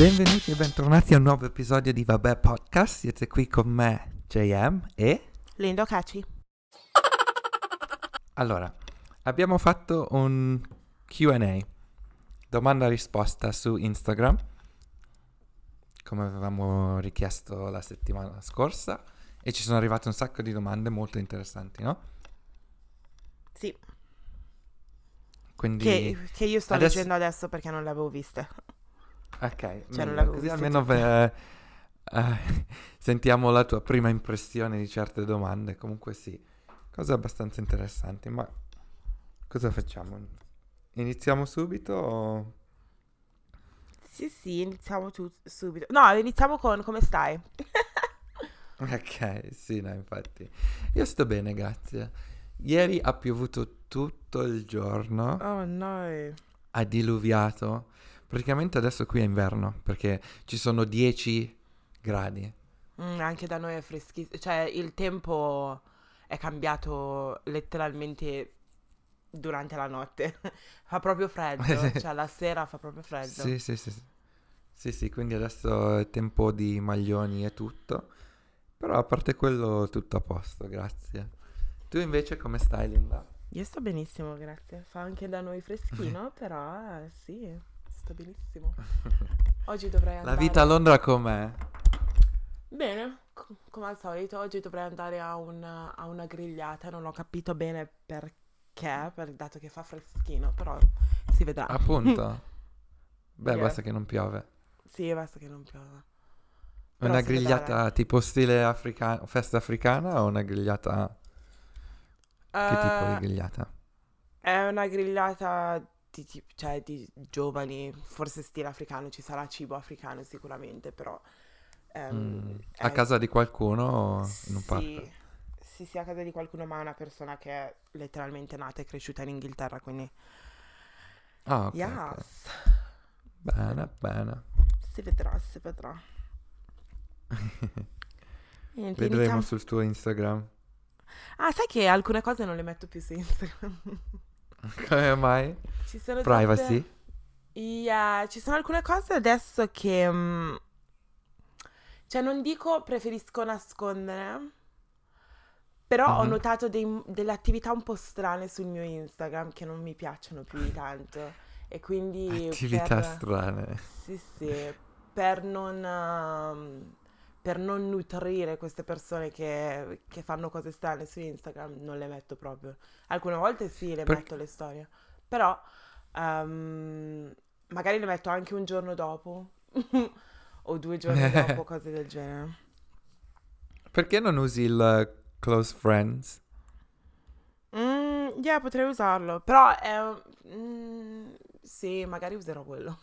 Benvenuti e bentornati a un nuovo episodio di Vabbè Podcast. Siete qui con me, JM e... Lindo Caci. Allora, abbiamo fatto un Q&A, domanda-risposta su Instagram, come avevamo richiesto la settimana scorsa, e ci sono arrivate un sacco di domande molto interessanti, no? Sì, Quindi... che io sto adesso- leggendo adesso perché non le avevo viste. Ok, Cioè, non meglio, l'avevo così viste almeno tutte. sentiamo la tua prima impressione di certe domande. Comunque sì, cose abbastanza interessanti, ma cosa facciamo? Iniziamo subito o... Sì, iniziamo subito. No, iniziamo con come stai? Ok, sì, no, infatti. Io sto bene, grazie. Ieri ha piovuto tutto il giorno, Oh no. ha diluviato. Praticamente adesso qui è inverno, perché ci sono 10 gradi. Anche da noi è freschissimo. Cioè, il tempo è cambiato letteralmente durante la notte. Fa proprio freddo. Cioè, la sera fa proprio freddo. Sì, sì, sì, sì. Sì, sì, quindi adesso è tempo di maglioni e tutto. Però a parte quello tutto a posto, grazie. Tu invece come stai, Linda? Io sto benissimo, grazie. Fa anche da noi freschino, però sì, sto benissimo. Oggi dovrei La vita a andare. Londra com'è? Bene, come al solito, oggi dovrei andare a una grigliata, non ho capito bene perché, dato che fa freschino, però si vedrà. Appunto. Beh, Yeah. basta che non piove. Sì, basta che non piova. Però Una si vedrà, dai. grigliata tipo stile festa africana o una grigliata... Che tipo di Eh, grigliata? è una grigliata cioè, di giovani, forse stile africano, ci sarà cibo africano sicuramente, però A è casa di qualcuno o in un parco? sì, sì, a casa di qualcuno, ma è una persona che è letteralmente nata e cresciuta in Inghilterra, quindi Ah, ok, ok. yes, Bene, bene. si vedrà, si vedrà. Niente, Vedremo iniziamo. sul tuo Instagram. Ah, sai che alcune cose non le metto più su Instagram? Come mai? Ci sono troppe. Privacy? Yeah, ci sono alcune cose adesso che cioè non dico preferisco nascondere, però ho Mhm. notato delle attività un po' strane sul mio Instagram che non mi piacciono più di tanto. E quindi Attività strane. sì, sì, per non, per non nutrire queste persone che fanno cose strane su Instagram, non le metto proprio. Alcune volte sì, le Per- metto le storie, però magari le metto anche un giorno dopo o 2 giorni dopo, cose del genere. Perché non usi il close friends? Yeah, potrei usarlo, però sì, magari userò quello.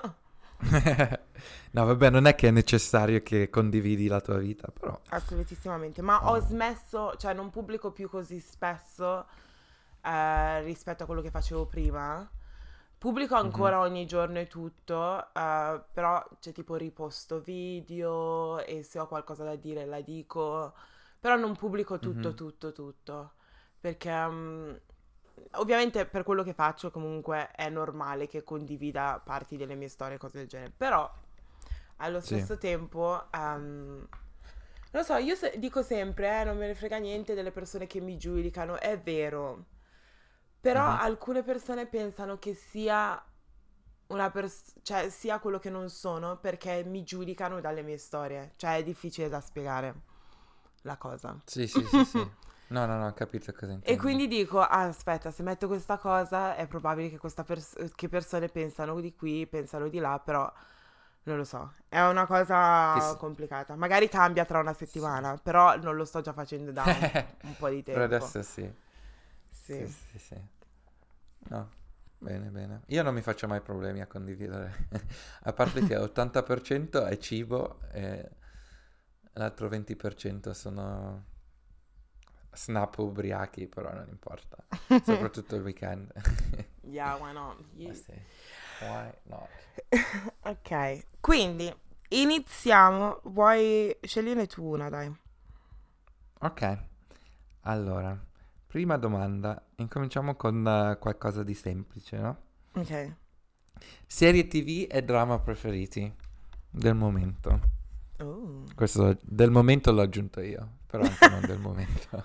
No, vabbè, non è che è necessario che condividi la tua vita, però... Assolutissimamente, ma ho Oh. smesso, cioè non pubblico più così spesso rispetto a quello che facevo prima. Pubblico Mhm, ancora ogni giorno e tutto, però c'è tipo riposto video e se ho qualcosa da dire la dico, però non pubblico mhm. tutto, perché ovviamente per quello che faccio comunque è normale che condivida parti delle mie storie, cose del genere, però allo Sì. stesso tempo, non lo so, io dico sempre, non me ne frega niente delle persone che mi giudicano, è vero, però Mhm. alcune persone pensano che sia cioè sia quello che non sono perché mi giudicano dalle mie storie, cioè è difficile da spiegare la cosa. Sì, sì, sì, sì. No, no, no, ho capito cosa E intendi. quindi dico, ah, aspetta, se metto questa cosa è probabile che, che persone pensano di qui, pensano di là, però non lo so. È una Che cosa s- complicata. Magari cambia tra una sì. settimana, però non lo sto già facendo da un po' di Per tempo. adesso sì. Sì, Sì. sì, sì. No, bene, bene. Io non mi faccio mai problemi a condividere. A parte che 80% è cibo e l'altro 20% sono snap ubriachi, però non importa. Soprattutto il weekend. Yeah, why not? Ma sì, why not? Ok, quindi iniziamo. Vuoi scegliere tu una, dai. Ok, allora, prima domanda. Incominciamo con qualcosa di semplice, no? Ok. Serie TV e drama preferiti? del momento. Oh. Questo del momento l'ho aggiunto io, però anche non del momento.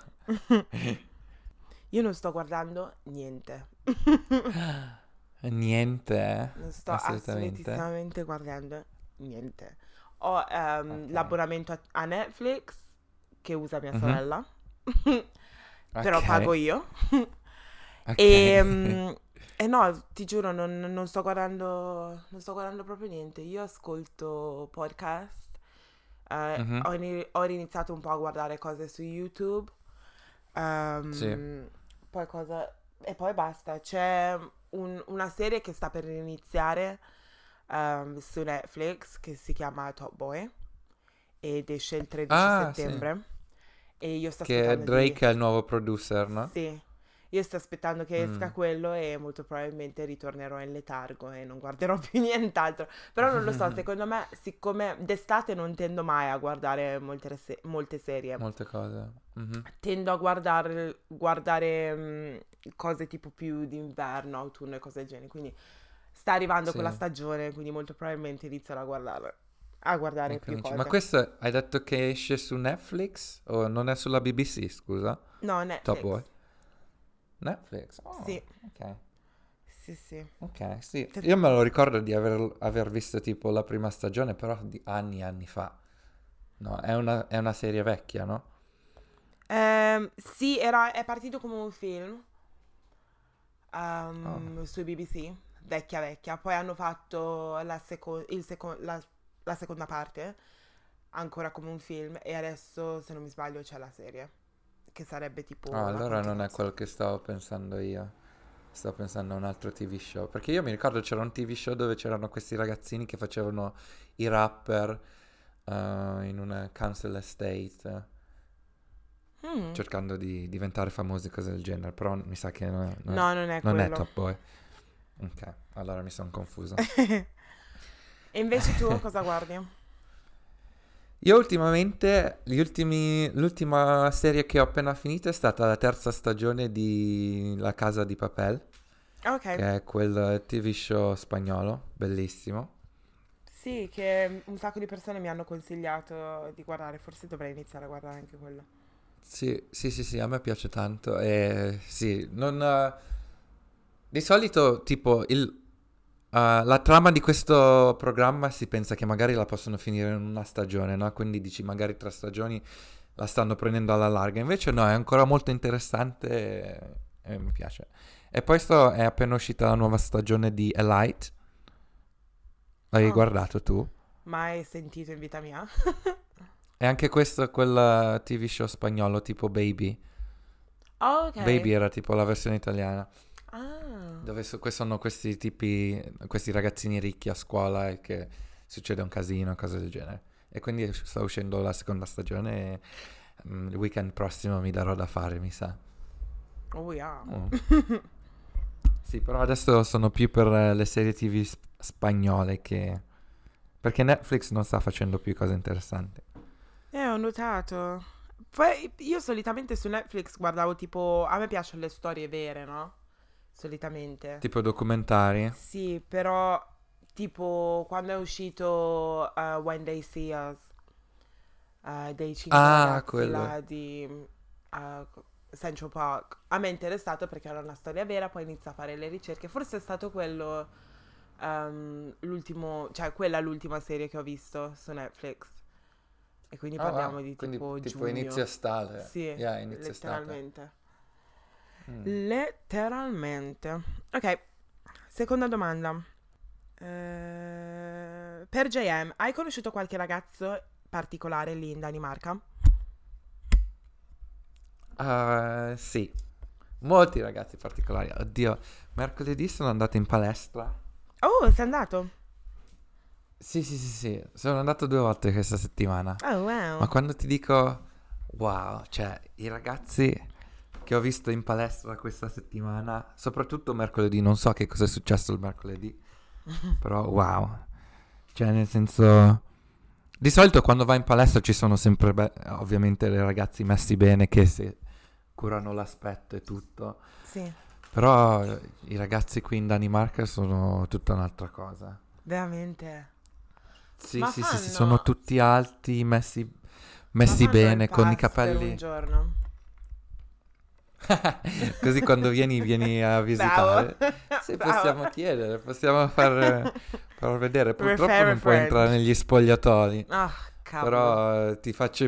Io non sto guardando niente. Niente, Non sto assolutamente. assolutissimamente guardando niente. Ho Ok. l'abbonamento a Netflix che usa mia Mhm. sorella, però pago Ok, io. ok. E, e no, ti giuro, non sto guardando proprio niente. Io ascolto podcast, Mhm. ho riniziato un po' a guardare cose su YouTube, Sì. poi cosa... E poi basta. C'è una serie che sta per iniziare su Netflix che si chiama Top Boy ed esce il 13 Ah, sì. settembre e io sto Che aspettando di... Drake è il nuovo producer, no? Sì, io sto aspettando che esca Mm. quello e molto probabilmente ritornerò in letargo e non guarderò più nient'altro. Però non lo so, secondo me, siccome d'estate non tendo mai a guardare molte serie, Molte cose. Mhm. tendo a guardare cose tipo più d'inverno, autunno e cose del genere. Quindi sta arrivando quella Sì, stagione, quindi molto probabilmente inizierò a guardare più incominci. Ma cose. questo hai detto che esce su Netflix? O non è sulla BBC, scusa? No, Top Netflix. Boy. Netflix? Oh, Sì, ok. sì, sì. Ok, sì. Te- Io me lo ricordo di aver visto tipo la prima stagione, però di anni e anni fa. No, è una serie vecchia, no? Sì, è partito come un film Oh. su BBC, vecchia vecchia. Poi hanno fatto la seconda parte, ancora come un film, e adesso, se non mi sbaglio, c'è la serie, che sarebbe Ah, tipo la allora non è quello continuazione. che stavo pensando io. Stavo pensando a un altro TV show. Perché io mi ricordo c'era un TV show dove c'erano questi ragazzini che facevano i rapper in una council estate, Mm. cercando di diventare famosi, cose del genere. Però mi sa che No, non è non è quello. Top Boy. Ok, allora mi sono confuso. E invece tu cosa guardi? Io ultimamente, l'ultima serie che ho appena finito è stata la terza stagione di La Casa di Papel, Ok, che è quel TV show spagnolo, bellissimo. sì, che un sacco di persone mi hanno consigliato di guardare, forse dovrei iniziare a guardare anche quello. Sì, sì, sì, sì, a me piace tanto. E sì, non, di solito, tipo, la trama di questo programma si pensa che magari la possono finire in una stagione, no? Quindi dici magari 3 stagioni la stanno prendendo alla larga. Invece no, è ancora molto interessante e mi piace. E poi è appena uscita la nuova stagione di Elite. L'hai Oh, guardato tu? mai sentito in vita mia. E anche questo è quel TV show spagnolo tipo Baby. Oh, ok. Baby era tipo la versione italiana. Ah, Dove sono questi tipi, questi ragazzini ricchi a scuola e che succede un casino, cose del genere. E quindi sta uscendo la seconda stagione e il weekend prossimo mi darò da fare, mi sa. oh yeah. Mm. Sì, però adesso sono più per le serie TV spagnole che... Perché Netflix non sta facendo più cose interessanti. Ho notato. Poi io solitamente su Netflix guardavo tipo, a me piacciono le storie vere, no? Solitamente. Tipo documentari. Sì, però tipo quando è uscito When They See Us, dei cinque Ah, ragazzi quello. là di Central Park, a me è interessato perché era una storia vera, poi inizia a fare le ricerche. Forse è stato quello l'ultimo, cioè quella l'ultima serie che ho visto su Netflix. E quindi Ah, wow. parliamo di Quindi tipo tipo inizia giugno. estate. Sì, Yeah, inizia estate. letteralmente. Mm. Letteralmente. Ok, seconda domanda. Per JM, hai conosciuto qualche ragazzo particolare lì in Danimarca? Ah, sì. Molti ragazzi particolari. Oddio, mercoledì sono andato in palestra. Oh, sei andato? Sì, sì, sì, sì. Sono andato 2 volte questa settimana. Oh, Ma wow. quando ti dico wow, cioè i ragazzi che ho visto in palestra questa settimana, soprattutto mercoledì, non so che cosa è successo il mercoledì, però wow. Cioè nel senso, di solito quando vai in palestra ci sono sempre, ovviamente, dei ragazzi messi bene che si curano l'aspetto e tutto. Sì, Però i ragazzi qui in Danimarca sono tutta un'altra cosa. veramente. Sì, Ma sì, sì, sì, sono fanno, tutti alti, ma messi fanno il bene, con i pass per un capelli. giorno. Così quando vieni a Bravo, visitare, sì, bravo. possiamo chiedere, possiamo far vedere. Purtroppo Refer a non puoi entrare friend. negli spogliatoi, Ah, cavolo. però ti faccio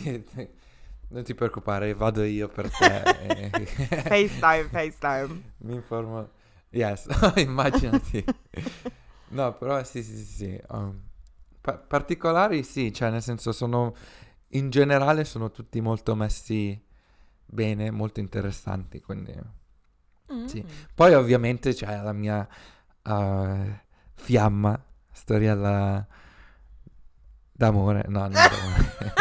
non ti preoccupare, vado io per te. FaceTime, FaceTime. Mi informo. Yes, immaginati. No, però sì, sì, sì, sì. Particolari sì, cioè nel senso sono, in generale sono tutti molto messi bene, molto interessanti, quindi sì. Mm. Poi ovviamente c'è la mia eh, fiamma, storiella d'amore, no, non d'amore.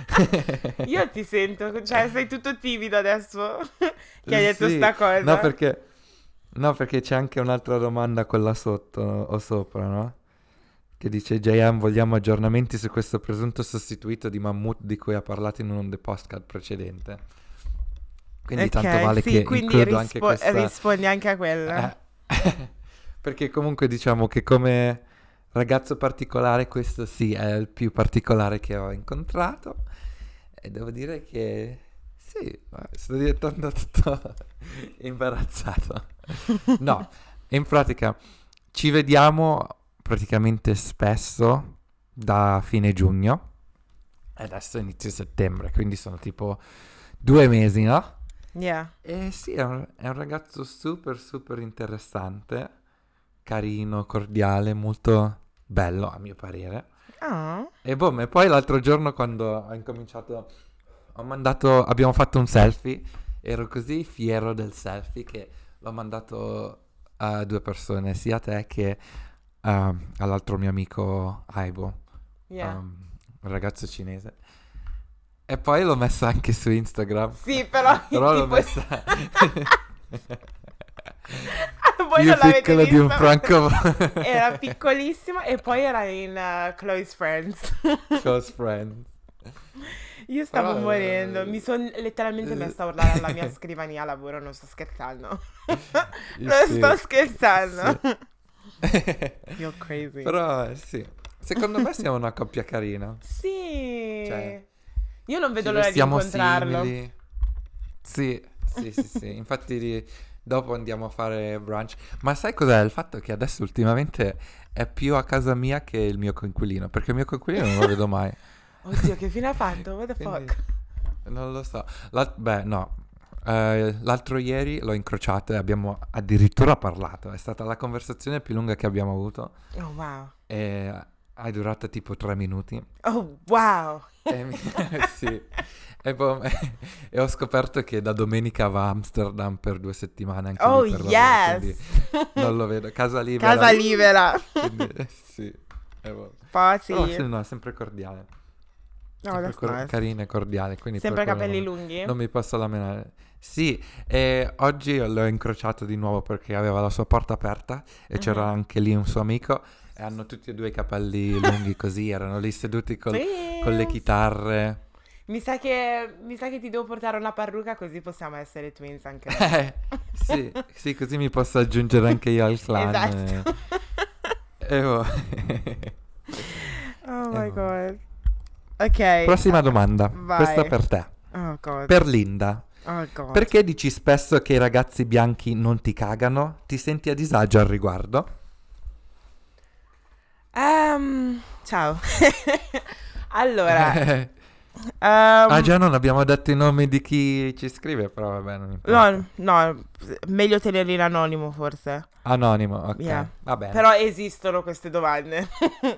Io ti sento, cioè sei tutto timido adesso che hai detto Sì, sta cosa. no, perché c'è anche un'altra domanda quella sotto o sopra, no? Che dice JM, vogliamo aggiornamenti su questo presunto sostituito di Mammut di cui ha parlato in un The Postcard precedente. Quindi tanto Ok, vale che sì, quindi includo anche questa. rispondi anche a quella. eh, perché comunque diciamo che come ragazzo particolare questo sì è il più particolare che ho incontrato. E devo dire che sì, sto diventando tutto imbarazzato. No, in pratica ci vediamo praticamente spesso da fine giugno e adesso è inizio settembre, quindi sono tipo 2 mesi, no? Yeah. E sì, è un ragazzo super super interessante, carino, cordiale, molto bello a mio parere. Ah, E boh, e poi l'altro giorno quando ho incominciato, abbiamo fatto un selfie, ero così fiero del selfie che l'ho mandato a 2 persone, sia a te che all'altro mio amico Aibo, yeah. un ragazzo cinese. E poi l'ho messa anche su Instagram, Sì, però però l'ho tipo... messa Voi più non l'avete piccola di un visto, ma franco era piccolissimo e poi era in Close Friends. close friend. Io stavo Però morendo, mi sono letteralmente messa a urlare alla mia scrivania a lavoro, non sto scherzando. Non sto sì, scherzando. sì. You're crazy. Però sì, secondo me siamo una coppia carina. Cioè, Sì. Io non ci vedo l'ora di vestiamo incontrarlo. simili. Sì, sì, sì, sì. Infatti dopo andiamo a fare brunch. Ma sai cos'è? Il fatto che adesso ultimamente è più a casa mia che il mio coinquilino, perché il mio coinquilino non lo vedo mai. Oddio, che fine ha fatto? What the Quindi fuck? non lo so. Beh, no. L'altro ieri l'ho incrociato e abbiamo addirittura parlato. È stata la conversazione più lunga che abbiamo avuto Oh, wow. e è durata tipo 3 minuti. Oh, wow. Sì. E ho scoperto che da domenica va a Amsterdam per 2 settimane anche Oh, lui per lavoro, yes. quindi non lo vedo. Casa libera. Casa libera. Quindi sì. Boh. Però Party. sì, no, è sempre cordiale. Oh, Sempre that's nice. carino e cordiale, quindi per Sempre quello capelli lunghi? non mi posso lamentare. Sì, e oggi l'ho incrociato di nuovo perché aveva la sua porta aperta e c'era Mhm. anche lì un suo amico e hanno tutti e due i capelli lunghi così, erano lì seduti con le Twins. chitarre. Mi sa che ti devo portare una parrucca così possiamo essere twins anche noi. Sì, sì, così mi posso aggiungere anche io al clan. Esatto. E boh. Oh E my boh. god. Ok, Prossima domanda, questa vai. per te. Oh god. Per Linda. Oh god. Perché dici spesso che i ragazzi bianchi non ti cagano? Ti senti a disagio al riguardo? Ciao. Allora, Ah, ehm, già non abbiamo detto i nomi di chi ci scrive, però vabbè, non importa. no, no, meglio tenerli in anonimo forse. Anonimo, Yeah. ok, va bene. Però esistono queste domande.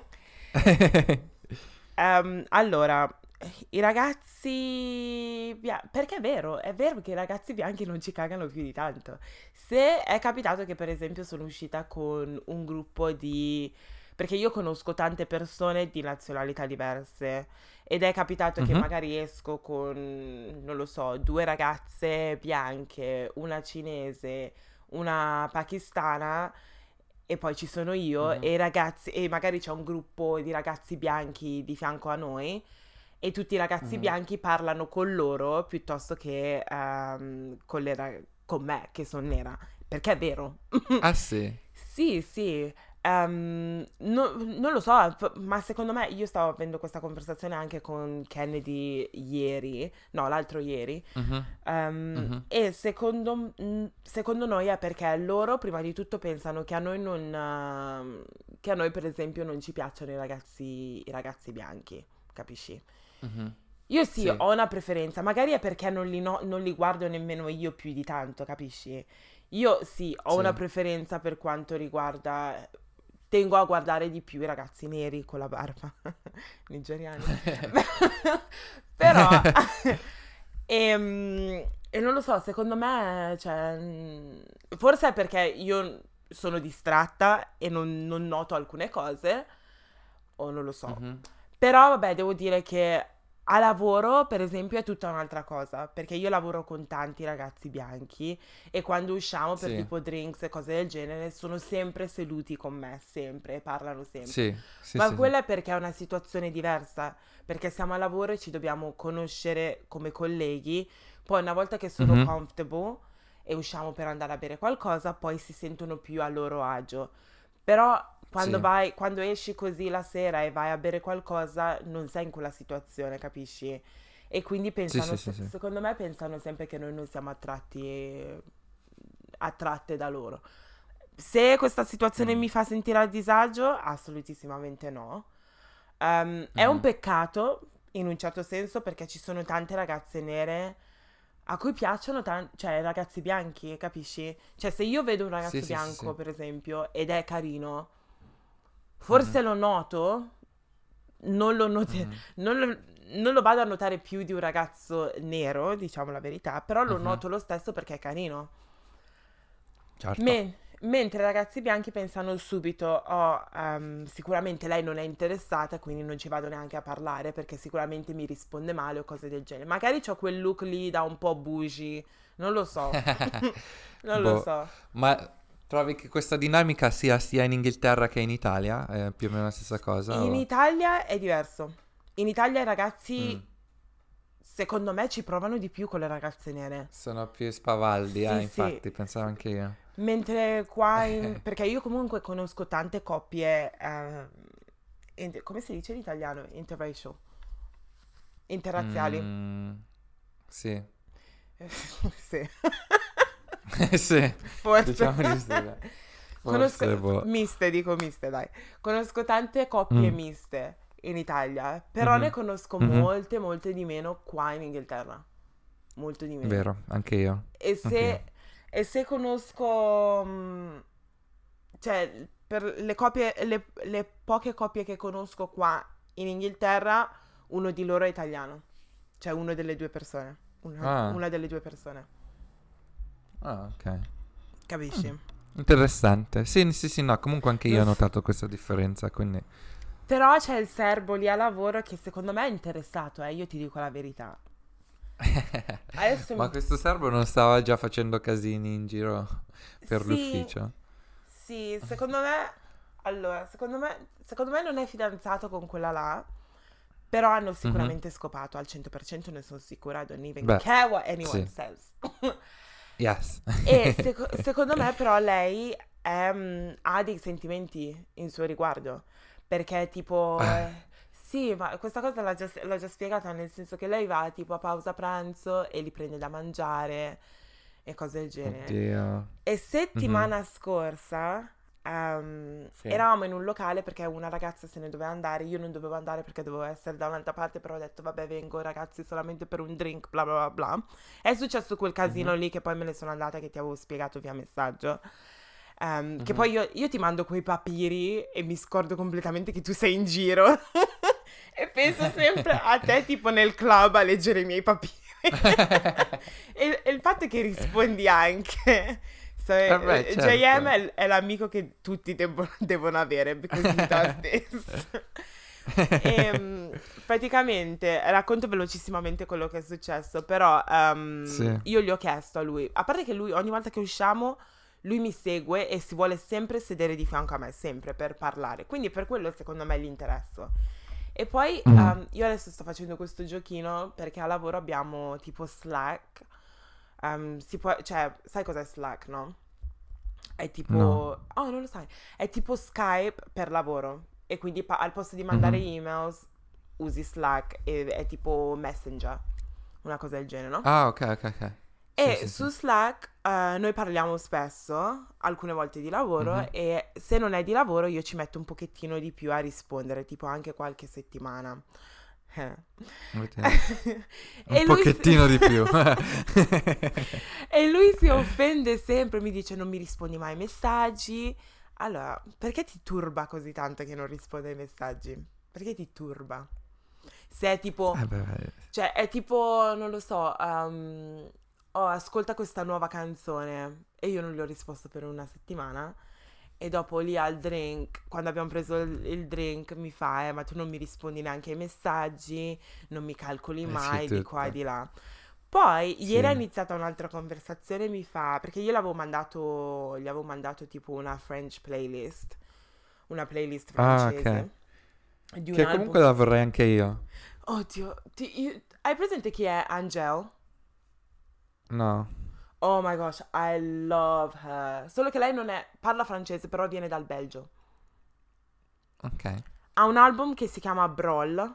Allora, i ragazzi perché è vero che i ragazzi bianchi non ci cagano più di tanto. Se è capitato che per esempio sono uscita con un gruppo di... perché io conosco tante persone di nazionalità diverse ed è capitato che Mhm, magari esco con, non lo so, 2 ragazze bianche, una cinese, una pakistana e poi ci sono io mhm, e i ragazzi, e magari c'è un gruppo di ragazzi bianchi di fianco a noi e tutti i ragazzi mhm. bianchi parlano con loro piuttosto che con me che sono nera, perché è vero. Ah sì, Sì, sì. Non lo so, ma secondo me io stavo avendo questa conversazione anche con Kennedy ieri, no, l'altro ieri, Mhm, mhm. e secondo noi è perché loro prima di tutto pensano che a noi non, che a noi per esempio non ci piacciono i ragazzi bianchi, capisci? Mhm. Io sì, Sì, ho una preferenza, magari è perché non li guardo nemmeno io più di tanto, capisci? Io sì, ho una sì. preferenza per quanto riguarda... Tengo a guardare di più i ragazzi neri con la barba, nigeriani. Però... e non lo so, secondo me, cioè... forse è perché io sono distratta e non noto alcune cose, o non lo so. Mhm. Però vabbè, devo dire che a lavoro, per esempio, è tutta un'altra cosa, perché io lavoro con tanti ragazzi bianchi e quando usciamo per Sì, tipo drinks e cose del genere sono sempre seduti con me, sempre, e parlano sempre. sì, sì, Ma sì, sì. quella è perché è una situazione diversa, perché siamo a lavoro e ci dobbiamo conoscere come colleghi, poi una volta che sono Mhm. comfortable e usciamo per andare a bere qualcosa, poi si sentono più a loro agio. Però Sì, quando esci così la sera e vai a bere qualcosa, non sei in quella situazione, capisci? E quindi sì, pensano, sì, sì, sì. secondo me pensano sempre che noi non siamo attratte da loro. Se questa situazione Mm. mi fa sentire a disagio, assolutissimamente no. È un Mhm. peccato, in un certo senso, perché ci sono tante ragazze nere a cui piacciono cioè ragazzi bianchi, capisci? Cioè se io vedo un Sì, ragazzo sì, sì, bianco, sì. per esempio, ed è carino, Mhm, forse lo noto, non lo, note- mhm, non lo vado a notare più di un ragazzo nero, diciamo la verità, però lo mhm. noto lo stesso perché è carino. Certo. Mentre i ragazzi bianchi pensano subito, oh, sicuramente lei non è interessata, quindi non ci vado neanche a parlare perché sicuramente mi risponde male o cose del genere. Magari c'ho quel look lì da un po' bougie, non lo so. Non lo Boh, so. ma trovi che questa dinamica sia in Inghilterra che in Italia? È più o meno la stessa cosa? In O... Italia è diverso. In Italia i Mm, ragazzi, secondo me, ci provano di più con le ragazze nere. sono più spavaldi, Sì, sì. infatti, pensavo anche io. Mentre qua, perché io comunque conosco tante coppie, come si dice in italiano? Interracial, interrazziali. Mm, sì, Sì. sì, Forse. diciamo di sì, dai. Conosco, Forse, boh. miste, dico miste, dai. Conosco tante coppie Mm, miste in Italia, però ne mhm, conosco mhm. molte, molte di meno qua in Inghilterra. Molto di meno. Vero, anche io, E anche io. se, e se conosco, cioè, per le coppie, le poche coppie che conosco qua in Inghilterra, uno di loro è italiano. Cioè, uno delle due persone. Ah, Una delle due persone. ah, ok. Mm, Capisci? interessante. Sì, sì, sì, no, comunque anche io Non ho s- notato questa differenza, quindi... Però c'è il serbo lì a lavoro che secondo me è interessato, io ti dico la verità. Adesso Ma questo serbo non stava già facendo casini in giro per sì, l'ufficio? sì, secondo me, allora, secondo me non è fidanzato con quella là, però hanno Mhm. sicuramente scopato al 100%, ne sono sicura, I don't even Beh, care what anyone sì. says. Yes. E secondo me però lei ha dei sentimenti in suo riguardo, perché tipo, sì, ma questa cosa l'ho già spiegata, nel senso che lei va tipo a pausa pranzo e li prende da mangiare e cose del genere. Oddio. E Mhm. settimana scorsa Sì. eravamo in un locale perché una ragazza se ne doveva andare, io non dovevo andare perché dovevo essere da un'altra parte, però ho detto vabbè vengo ragazzi solamente per un drink, bla bla bla bla. È successo quel casino Mhm. lì che poi me ne sono andata che ti avevo spiegato via messaggio. Che Mhm. poi io ti mando quei papiri e mi scordo completamente che tu sei in giro. E penso sempre a te tipo nel club a leggere i miei papiri. E il fatto è che rispondi anche. Vabbè, JM certo. è l'amico che tutti devono avere because he does this. Praticamente racconto velocissimamente quello che è successo, però Sì. io gli ho chiesto a lui, a parte che lui ogni volta che usciamo, lui mi segue e si vuole sempre sedere di fianco a me, sempre per parlare, quindi per quello secondo me gli interesso. E poi Mhm. io adesso sto facendo questo giochino perché a lavoro abbiamo tipo Slack, cioè sai cos'è Slack, no? È No. tipo, oh, non lo sai, è tipo Skype per lavoro. E quindi al posto di mandare Mhm. emails usi Slack e è tipo Messenger, una cosa del genere, no? Ah, ok, ok, ok. Sì, E sì, sì. su Slack noi parliamo spesso, alcune volte di lavoro, Mhm. e se non è di lavoro io ci metto un pochettino di più a rispondere, tipo anche qualche settimana. Eh. Vedete. Un E lui si... pochettino di più. e lui si offende sempre, mi dice non mi rispondi mai ai messaggi. Allora, perché ti turba così tanto che non rispondi ai messaggi? Perché ti turba? Se è tipo, Beh, cioè è tipo, non lo so, oh, ascolta questa nuova canzone e io non gli ho risposto per una settimana. E dopo lì al drink, quando abbiamo preso il drink, mi fa, ma tu non mi rispondi neanche ai messaggi, non mi calcoli eh sì, mai di qua e tutto. di là. Poi, ieri è Sì. iniziata un'altra conversazione e mi fa, perché io gli avevo mandato tipo una playlist Ah, ok. francese di un Che comunque album. la vorrei anche io. Oddio, hai presente chi è Angèle? No. Oh my gosh, I love her. Solo che lei non è, parla francese, però viene dal Belgio. Ok. Ha un album che si chiama Brawl,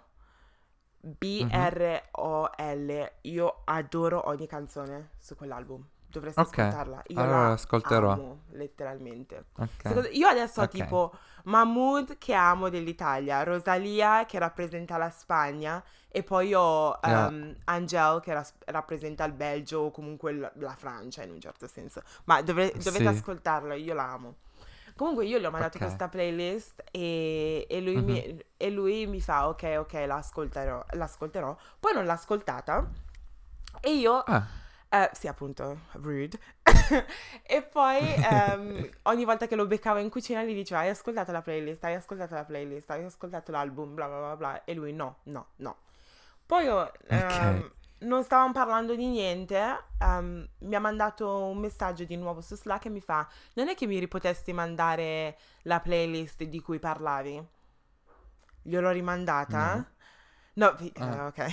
Mhm. Brol. Io adoro ogni canzone su quell'album. Dovresti Ok. ascoltarla. Io Allora la ascolterò. amo, letteralmente. Ok. Io adesso ho Ok. tipo Mahmood che amo dell'Italia, Rosalia che rappresenta la Spagna e poi ho Yeah. Angel che rappresenta il Belgio o comunque la Francia in un certo senso. Ma dovete Sì. ascoltarla, io la amo. Comunque io gli ho mandato Ok. questa playlist Mhm. e lui mi fa ok, ok, l'ascolterò. Poi non l'ha ascoltata e io, Ah. sì appunto, rude. E poi ogni volta che lo beccavo in cucina gli diceva hai ascoltato la playlist, hai ascoltato la playlist, hai ascoltato l'album, bla bla bla bla. E lui no, no, no. Poi Ok. non stavamo parlando di niente, mi ha mandato un messaggio di nuovo su Slack e mi fa, non è che mi potesti mandare la playlist di cui parlavi? Gliel'ho rimandata. No. No, Ah. ok.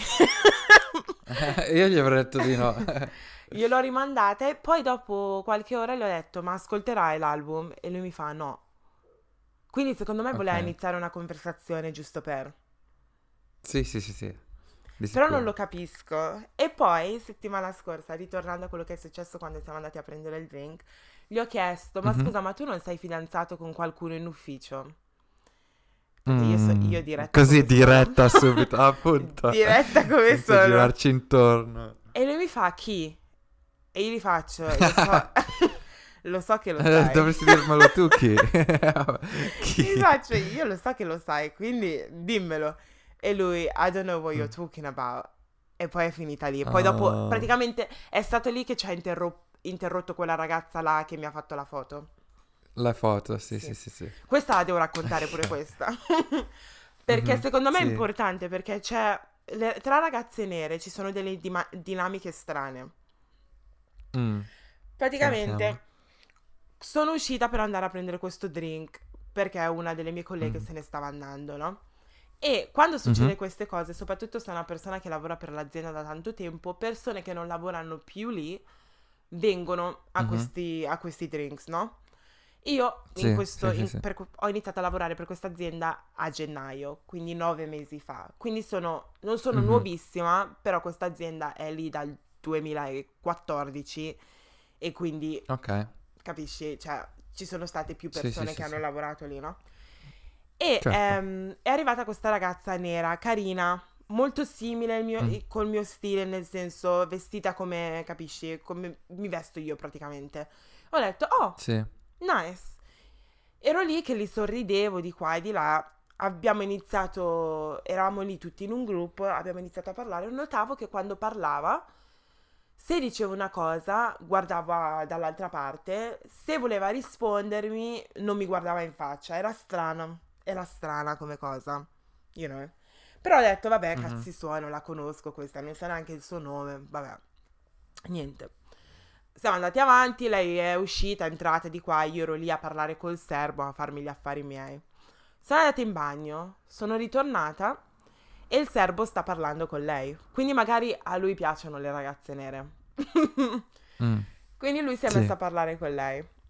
Io gli avrei detto di no. Gliel'ho rimandata e poi dopo qualche ora gli ho detto, ma ascolterai l'album? E lui mi fa, no. Quindi secondo me voleva Ok. iniziare una conversazione giusto per... Sì, sì, sì, sì. Di Però non lo sicuro. capisco. E poi, settimana scorsa, ritornando a quello che è successo quando siamo andati a prendere il drink, gli ho chiesto, ma Mhm. scusa, ma tu non sei fidanzato con qualcuno in ufficio? Perché Mm. io diretta Così come sono. diretta subito, appunto. Diretta come Senza sono. girarci intorno. E lui mi fa, chi? E io gli faccio, lo so, lo so che lo sai. Dovresti dirmelo tu chi. Gli Chi? faccio, io lo so che lo sai, quindi dimmelo. E lui, I don't know what you're Mm. talking about. E poi è finita lì. E poi dopo, Oh. praticamente, è stato lì che ci ha interrotto quella ragazza là che mi ha fatto la foto. La foto, sì, Sì. sì, sì, sì. Questa la devo raccontare pure Ok. questa. Perché Mhm. secondo me è Sì. importante, perché c'è... tra ragazze nere ci sono delle dinamiche strane. Mm. Sentiamo. Praticamente sono uscita per andare a prendere questo drink perché una delle mie colleghe Mm. se ne stava andando, no? E quando Mhm. succede queste cose, soprattutto se è una persona che lavora per l'azienda da tanto tempo, persone che non lavorano più lì vengono Mhm. a questi drinks, no? Io Sì, sì, sì, sì. ho iniziato a lavorare per questa azienda a gennaio, quindi 9 mesi fa. Quindi non sono Mhm. nuovissima, però questa azienda è lì dal 2014 e quindi Ok. capisci? Cioè, ci sono state più Sì, sì, persone che sì, hanno sì. lavorato lì, no? E Certo. è arrivata questa ragazza nera, carina, molto simile Mm. col mio stile, nel senso vestita come, capisci? Come mi vesto io praticamente. Ho detto, oh, Sì. nice. Ero lì che li sorridevo di qua e di là. Abbiamo iniziato, eravamo lì tutti in un gruppo, abbiamo iniziato a parlare. Notavo che quando parlava, se dicevo una cosa, guardava dall'altra parte. Se voleva rispondermi, non mi guardava in faccia. Era strana come cosa. You know. Però ho detto, vabbè, Mhm. cazzi suoi, non la conosco questa, non sa neanche il suo nome. Vabbè, niente. Siamo andati avanti, lei è uscita, è entrata di qua, io ero lì a parlare col serbo, a farmi gli affari miei. Sono andata in bagno, sono ritornata e il serbo sta parlando con lei. Quindi magari a lui piacciono le ragazze nere. Mm. Quindi lui si è messo Sì. a parlare con lei.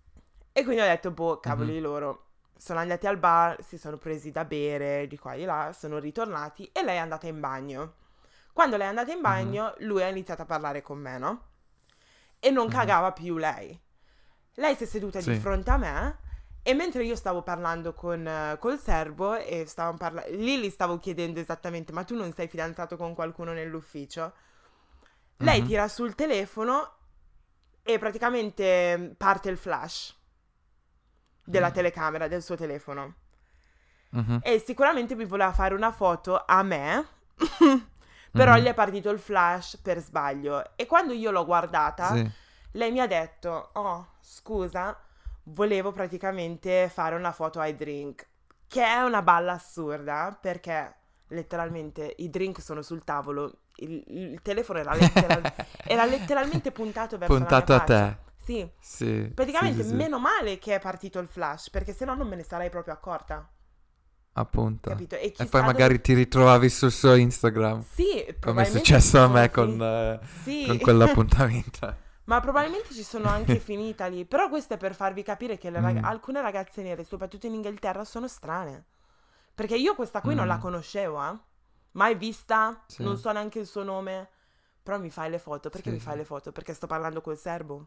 E quindi ho detto, boh, Mhm, cavoli loro. Sono andati al bar, si sono presi da bere di qua e di là, sono ritornati e lei è andata in bagno. Quando lei è andata in mhm, bagno, lui ha iniziato a parlare con me, no? E non mhm. cagava più lei. Lei si è seduta di Sì. fronte a me e mentre io stavo parlando col serbo e lì gli stavo chiedendo esattamente, ma tu non sei fidanzato con qualcuno nell'ufficio? Lei Mhm, tira sul telefono e praticamente parte il flash della telecamera del suo telefono. mhm, E sicuramente mi voleva fare una foto a me, però gli mhm. è partito il flash per sbaglio. E quando io l'ho guardata, Sì. lei mi ha detto, oh, scusa, volevo praticamente fare una foto ai drink. Che è una balla assurda, perché letteralmente i drink sono sul tavolo, il telefono era letteralmente puntato verso la mia Puntato a faccia. te. Sì, Sì, sì, praticamente sì, sì. meno male che è partito il flash, perché sennò non me ne sarei proprio accorta, Appunto. capito? E E poi chissà dove... magari ti ritrovavi sul suo Instagram, Sì, come è probabilmente ci successo a sono me finiti... con Sì, quell'appuntamento. ma probabilmente ci sono anche finita lì. Però questo è per farvi capire che Mm, alcune ragazze nere, soprattutto in Inghilterra, sono strane. Perché io questa qui non la mm, conoscevo, eh. Mai vista, sì, non so neanche il suo nome. Però mi fai le foto. Perché sì, mi fai sì. le foto? Perché sto parlando col serbo.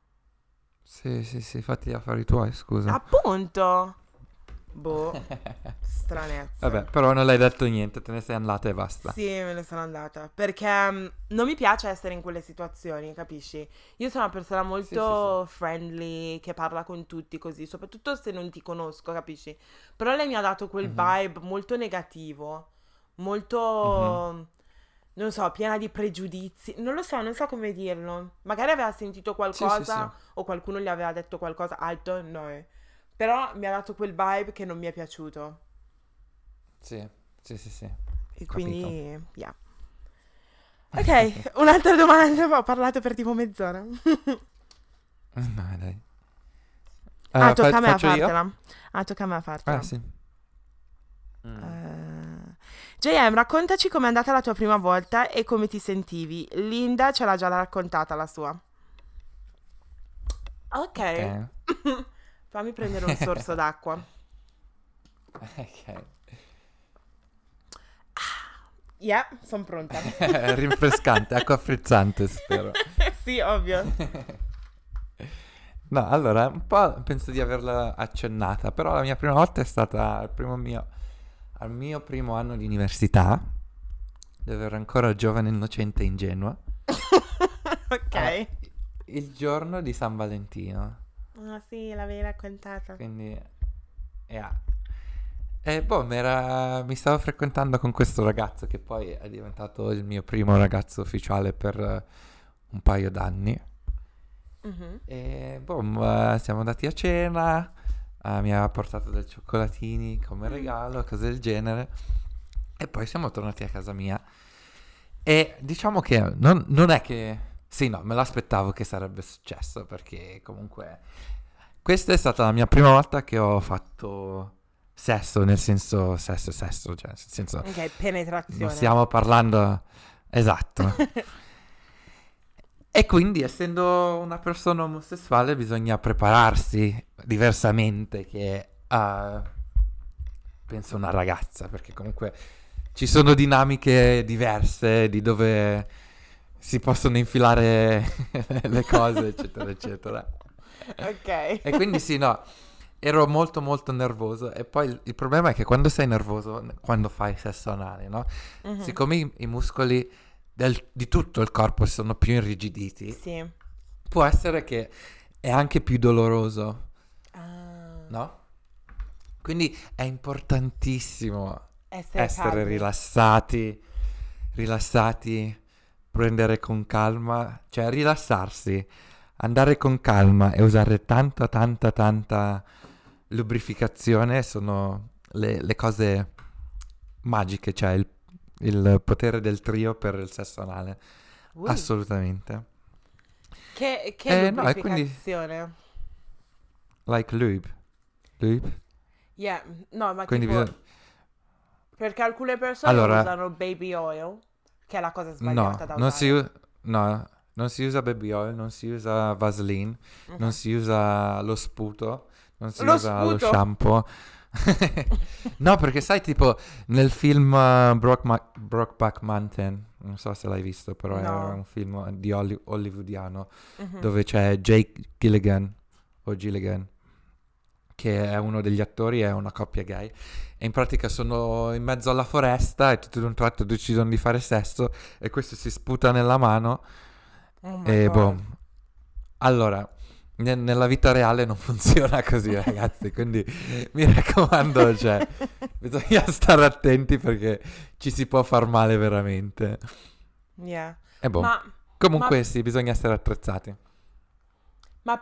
Sì, sì, sì, fatti gli affari tuoi, scusa. Appunto! Boh, stranezze. Vabbè, però non l'hai detto niente, te ne sei andata e basta. Sì, me ne sono andata. Perché non mi piace essere in quelle situazioni, capisci? Io sono una persona Sì, sì, sì. molto friendly, che parla con tutti così, soprattutto se non ti conosco, capisci? Però lei mi ha dato quel Mhm, vibe molto negativo, mhm. molto, non so, piena di pregiudizi. Non lo so, non so come dirlo. Magari aveva sentito Sì, sì, sì. qualcosa o qualcuno gli aveva detto qualcosa, alto, no. Però mi ha dato quel vibe che non mi è piaciuto. Sì, sì, sì, sì. E Capito. quindi, yeah. Ok, un'altra domanda, ho parlato per tipo mezz'ora. No, dai. Tocca a me a Faccio io? fartela. Tocca a me a Ah, fartela. sì. Mm. JM, raccontaci com'è andata la tua prima volta e come ti sentivi. Linda ce l'ha già raccontata la sua. Ok. Ok. Fammi prendere un sorso d'acqua. Ok. Yeah, sono pronta. Rinfrescante, acqua frizzante, spero. Sì, ovvio. No, allora, un po' penso di averla accennata, però la mia prima volta è stata al mio primo anno di università, dove ero ancora giovane, innocente e ingenuo, a- Ok. il giorno di San Valentino. Ah, sì, l'avevi raccontata. Quindi, yeah. E boh, mi stavo frequentando con questo ragazzo che poi è diventato il mio primo ragazzo ufficiale per un paio d'anni. Mhm. E boh, siamo andati a cena, mi aveva portato dei cioccolatini come Mm. regalo, cose del genere. E poi siamo tornati a casa mia. E diciamo che non è che... Sì, no, me l'aspettavo che sarebbe successo perché comunque questa è stata la mia prima volta che ho fatto sesso, nel senso sesso, sesso, cioè nel senso Ok, non penetrazione. stiamo parlando esatto. E quindi, essendo una persona omosessuale, bisogna prepararsi diversamente che penso una ragazza, perché comunque ci sono dinamiche diverse di dove si possono infilare le cose, eccetera, eccetera. Ok. E quindi sì, no, ero molto molto nervoso e poi il problema è che quando sei nervoso, quando fai sesso anale, no? Mhm. Siccome i muscoli di tutto il corpo sono più irrigiditi, Sì. può essere che è anche più doloroso, Ah, no? Quindi è importantissimo essere essere calmi. rilassati, rilassati, prendere con calma, cioè rilassarsi, andare con calma e usare tanta, tanta, tanta lubrificazione sono le cose magiche, cioè il potere del trio per il sesso anale. Ui. Assolutamente. Che No, e quindi, lubrificazione. like lube. Lube? Yeah, no, ma Quindi tipo, bisogna... perché alcune persone Allora, usano baby oil, che è la cosa sbagliata no, da non si... usare. No, Non si usa baby oil, non si usa Vaseline, non Ok. si usa lo sputo, non si Lo usa lo sputo? shampoo. No, perché sai, tipo, nel film Brokeback Mountain, non so se l'hai visto, però è No. un film di hollywoodiano, Mhm. dove c'è Jake Gilligan, o Gilligan, che è uno degli attori, è una coppia gay, e in pratica sono in mezzo alla foresta e tutto d'un tratto decidono di fare sesso, e questo si sputa nella mano, Oh my e boh. God. Allora, nella vita reale non funziona così, ragazzi, quindi mi raccomando, cioè, bisogna stare attenti perché ci si può far male veramente. Yeah. E boh, Ma, ma, comunque sì, bisogna essere attrezzati. ma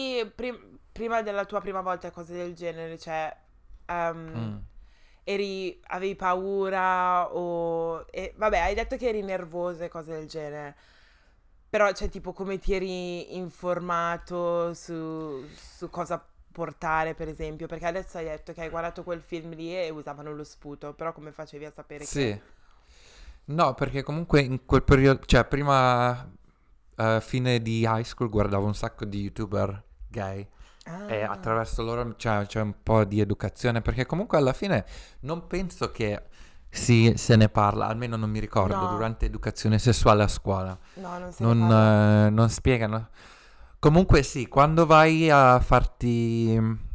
prima della tua prima volta e cose del genere, cioè, ehm, Mm. avevi paura o... vabbè, hai detto che eri nervosa e cose del genere. Però, cioè, tipo, come ti eri informato su cosa portare, per esempio? Perché adesso hai detto che hai guardato quel film lì e usavano lo sputo, però come facevi a sapere che... Sì, no, perché comunque in quel periodo, cioè prima fine di high school guardavo un sacco di YouTuber gay e Ah, attraverso loro c'è un po' di educazione, perché comunque alla fine non penso che se ne parla, almeno non mi ricordo, no, durante educazione sessuale a scuola. no, non se ne Non, parla. non spiegano. Comunque sì, quando vai a farti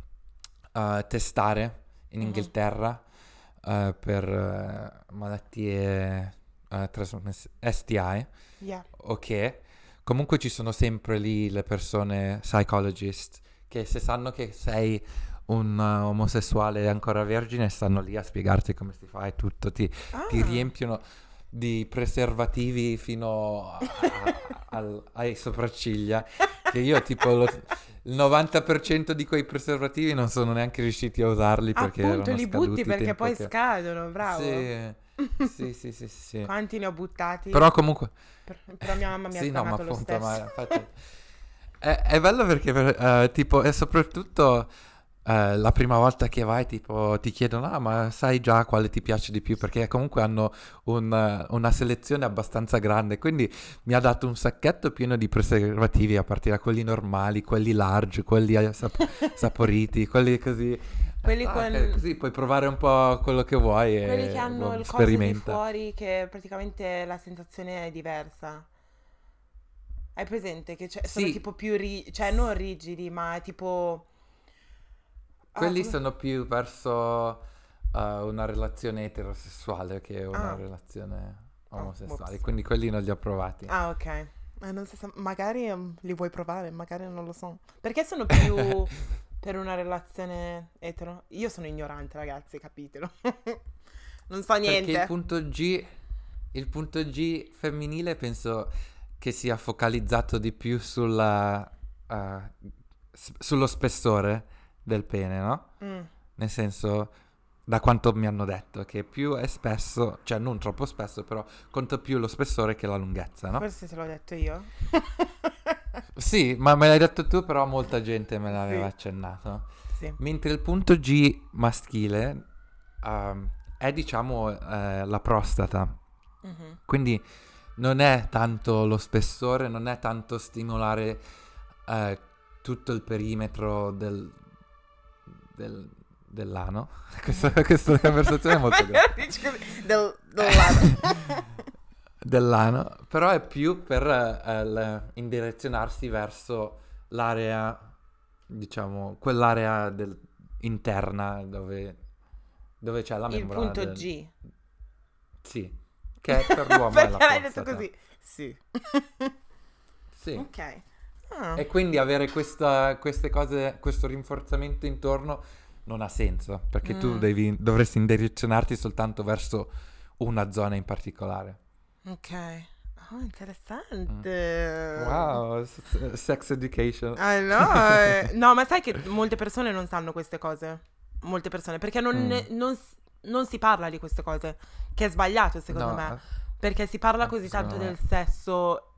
testare in Mhm. Inghilterra per malattie STI, Yeah. ok, comunque ci sono sempre lì le persone, psychologist, che se sanno che sei un omosessuale ancora vergine, stanno lì a spiegarti come si fa e tutto, ti Ah. riempiono di preservativi fino ai sopracciglia, che io tipo il 90% di quei preservativi non sono neanche riusciti a usarli perché Appunto, erano li butti scaduti perché tempo poi che... scadono, bravo. Sì, sì, sì, sì, sì, sì. Quanti ne ho buttati? Però comunque... Però mia mamma mi ha Sì, no, ma sgamato lo appunto, stesso. ma infatti... È bello perché, tipo, e soprattutto la prima volta che vai, tipo, ti chiedono, ah, ma sai già quale ti piace di più? Perché comunque hanno una selezione abbastanza grande, quindi mi ha dato un sacchetto pieno di preservativi, a partire da quelli normali, quelli large, quelli saporiti, quelli così. Quelli con... Così puoi provare un po' quello che vuoi Quelli che e hanno boh, il coso di sperimenta. fuori che praticamente la sensazione è diversa. Hai presente che sono Sì, tipo più cioè non rigidi, ma tipo ah, quelli come... sono più verso una relazione eterosessuale che una Ah, relazione oh, omosessuale, whoops. quindi quelli non li ho provati. Ah, ok. Non so se magari li vuoi provare, magari non lo so. Perché sono più per una relazione etero? Io sono ignorante, ragazzi, capitelo. Non so Perché niente. il punto G femminile penso che sia focalizzato di più sullo spessore del pene, no? Mm, Nel senso, da quanto mi hanno detto, che più è spesso, cioè non troppo spesso, però conta più lo spessore che la lunghezza, no? forse te l'ho detto io. Sì, ma me l'hai detto tu, però molta gente me l'aveva Sì, accennato. sì. Mentre il punto G maschile è, diciamo, la prostata. Mhm. Quindi non è tanto lo spessore, non è tanto stimolare eh, tutto il perimetro dell'ano. Mhm. Questa conversazione è molto grande. Dici così, del lato. Dell'ano, però è più per indirezionarsi verso l'area, diciamo, quell'area interna dove c'è la Il membrana punto del... G. Sì, che per l'uomo è Perché la l'hai detto prostata. così? Sì. Sì. Ok. Ah. E quindi avere queste cose, questo rinforzamento intorno non ha senso, perché tu Mm, dovresti indirezionarti soltanto verso una zona in particolare. ok. Oh, Mm. interessante. Wow, sex education. Ah, no, no, ma sai che molte persone non sanno queste cose. Molte persone, perché Mm. non si parla di queste cose, che è sbagliato secondo No, me, perché si parla anche così tanto secondo del me. sesso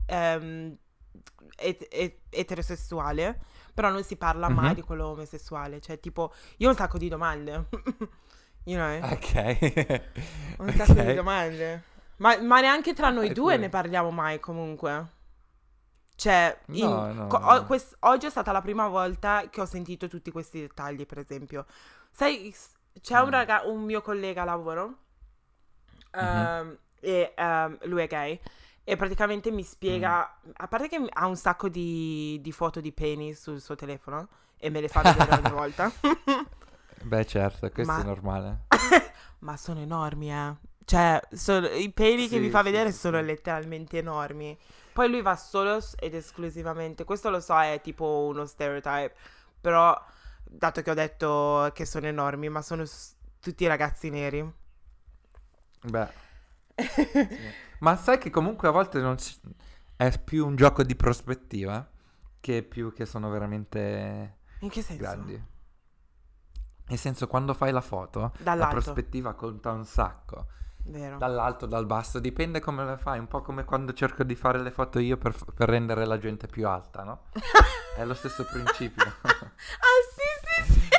eterosessuale, però non si parla mai Mhm. di quello omosessuale. Cioè, tipo, io ho un sacco di domande, you know, Ok. ho un sacco di Ok. domande. Ma neanche tra noi Vai due ne pure. parliamo mai comunque. Cioè, No, no, co- no. oggi è stata la prima volta che ho sentito tutti questi dettagli, per esempio. Sai, c'è Mm. un mio collega a lavoro, Mhm. e lui è gay, e praticamente mi Mm. spiega, a parte che ha un sacco di foto di peni sul suo telefono, e me le fa vedere ogni volta. Beh, certo, questo è Ma, normale. ma sono enormi, eh. Cioè, i peli che mi Sì, fa sì, vedere sì, sono sì. letteralmente enormi. Poi lui va solo ed esclusivamente, questo lo so, è tipo uno stereotype, però dato che ho detto che sono enormi, ma sono tutti ragazzi neri. Beh, sì. Ma sai che comunque a volte non è più un gioco di prospettiva che più che sono veramente In che senso? grandi. Nel senso, quando fai la foto, la Dall'alto, prospettiva conta un sacco. vero? Dall'alto, dal basso, dipende come le fai, un po' come quando cerco di fare le foto io per rendere la gente più alta, no? È lo stesso principio. Ah, sì, sì,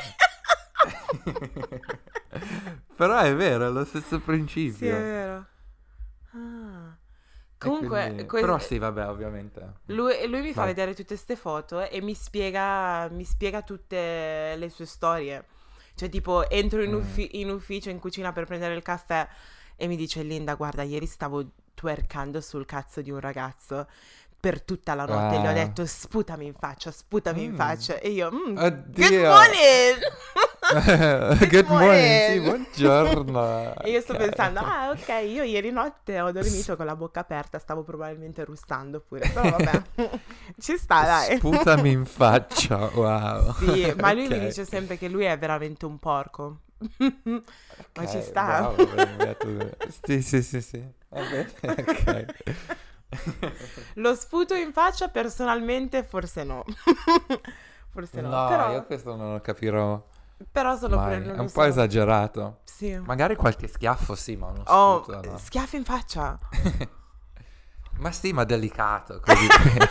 Però è vero, è lo stesso sì. Sì, è principio. vero. Ah. E Comunque, quindi... Però sì, vabbè, ovviamente. lui mi fa Vai. vedere tutte queste foto e mi spiega tutte le sue storie. Cioè, tipo, entro Mm. in ufficio, in cucina per prendere il caffè e mi dice: Linda, guarda, ieri stavo twerkando sul cazzo di un ragazzo per tutta la notte. E gli ho Ah. detto: sputami in Mm. faccia. E io: Good Oddio. morning! Good Good morning, sì, morning! buongiorno. E io sto pensando: Ok. ah, ok, io ieri notte ho dormito con la bocca aperta, stavo probabilmente russando pure. Però vabbè, ci sta, dai. Sputami in faccia, wow. Sì, ma lui mi Ok. dice sempre che lui è veramente un porco. Ma ci Ok, sta. bravo, bene, sì, sì, sì, sì. Va bene, ok. Lo sputo in faccia personalmente forse no. Forse no, No, io però, questo non lo capirò sono pure, mai. non È lo un po' so. esagerato. Sì. Magari qualche schiaffo sì, ma uno Oh, sputo no. schiaffi in faccia. Ma sì, ma delicato, così.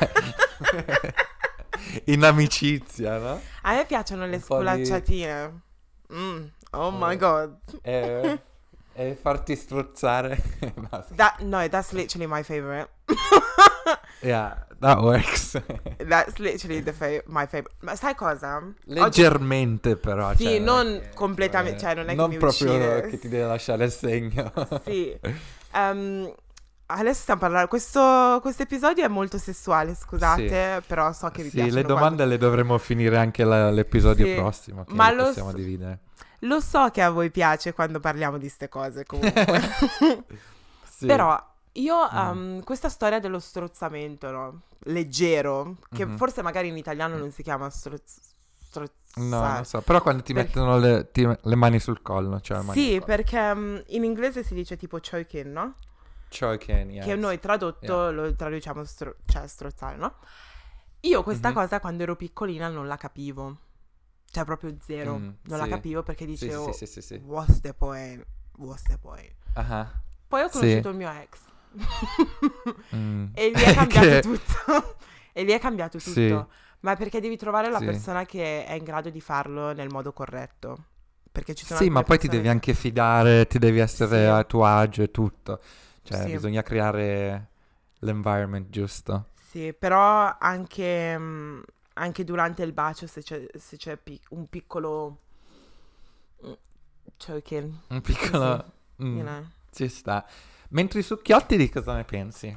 In amicizia, no? A me piacciono le Un po' di... sculacciatine. Oh my eh, god. e farti strozzare. Basta. No, that's literally my favorite. Yeah, that works. That's literally my favorite. Ma sai cosa? Oggi, Leggermente però, sì, cioè non è non che ci completamente, vuole... cioè non è che Non mi proprio uccide. che ti deve lasciare il segno. Sì. Ehm, adesso stiamo parlando. Questo episodio è molto sessuale, Sì, scusate, però so che vi sì, le piacciono quando. domande le dovremo finire anche l'episodio Sì, prossimo, che ma li possiamo dividere. lo so che a voi piace quando parliamo di ste cose, comunque. Sì. Però io, Mhm, questa storia dello strozzamento, no? Leggero, che mhm. forse magari in italiano non si chiama No, non strozzare. so, però quando ti mettono le mani sul collo, cioè le mani al Sì, collo. perché in inglese si dice tipo choking, no? Choking, Che yes. noi Yeah. tradotto lo traduciamo cioè strozzare, no? Io questa Mhm. cosa quando ero piccolina non la capivo. Cioè proprio zero. Non la Sì. capivo perché Sì, sì, sì, dicevo, sì, sì, sì. what's the point? What's the point? Ah, Poi ho sì. conosciuto il mio ex. Mm. E lì è cambiato Che... tutto. E lì è cambiato Sì, tutto. Ma perché devi trovare la sì. persona che è in grado di farlo nel modo corretto. Perché ci sono Sì, ma alcune poi ti persone devi che... anche fidare, ti devi Sì, essere a tuo agio e tutto. Cioè, sì, bisogna creare l'environment giusto. sì. Però anche durante il bacio se c'è un piccolo mm, choking, Un così, piccolo... you Mm, know. ci sta. Mentre i succhiotti di cosa ne pensi?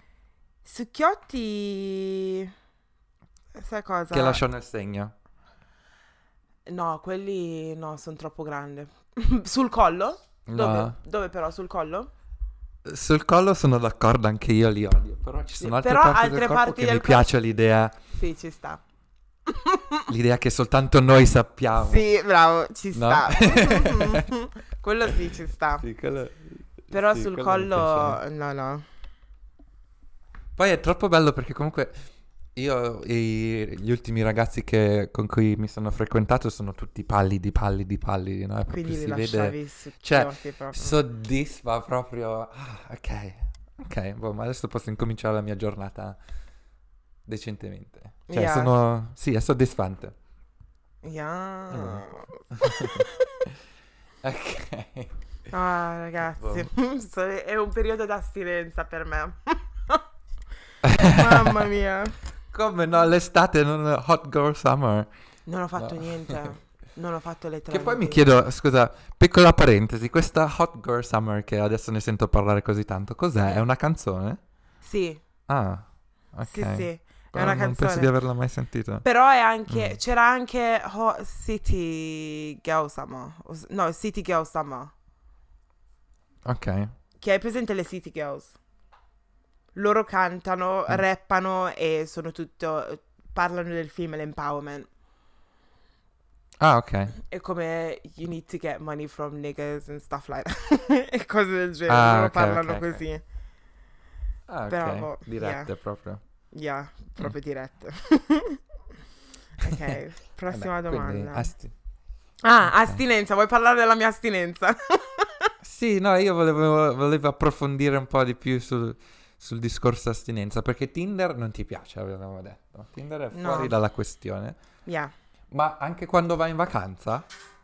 Succhiotti... Sai Che cosa? lasciano il segno. No, quelli no, sono troppo grandi. Sul collo? Dove? No. Dove però? Sul collo? Sul collo sono d'accordo, anche io li odio. Però ci Sì, sono altre però parti del altre corpo parti che del mi corpo... piace l'idea. Sì, ci sta. L'idea che soltanto noi sappiamo. Sì, bravo, ci No? sta. Quello sì, ci sta. Sì, quello... Però Sì, sul quello mi piace. collo... No, no. Poi è troppo bello perché comunque io gli ultimi ragazzi con cui mi sono frequentato sono tutti pallidi, pallidi, pallidi, no? E proprio Quindi li si vede, lasciavi cioè, succhiotti proprio. soddisfa proprio. Ah, ok, boh, ma adesso posso incominciare la mia giornata decentemente. Cioè, Yeah. sì, è soddisfante. Mm. Yeah. Ok. Ah, ragazzi, Boh. è un periodo d'astinenza per me. Mamma mia. Come no, l'estate non hot girl summer. Non ho fatto No. niente. Non ho fatto Che poi letteralmente mi niente. chiedo, scusa, piccola parentesi, questa hot girl summer che adesso ne sento parlare così tanto, cos'è? È una canzone? Sì, Ah, sì, ok. sì. È Però una non penso di canzone. averla mai sentita. Però è Mm, anche... C'era anche Hot City Girl Summer. No, City Girl Summer. ok. Che hai presente le City Girls? Loro cantano, Mm. rappano e sono tutto... Parlano del female empowerment. Ah, ok. E come you need to get money from niggas and stuff like that. E cose del genere. Ah, Loro ok, ok, parlano ok. così. Ah, Però, ok. boh, yeah. Dirette proprio. Yeah, Mm. proprio dirette. Ok, Vabbè, prossima quindi, domanda. Ah, ok. astinenza. Vuoi parlare della mia astinenza? Sì, no, io volevo approfondire un po' di più sul discorso astinenza, perché Tinder non ti piace, avevamo detto. Tinder è fuori No. dalla questione. Yeah. Ma anche quando vai in vacanza?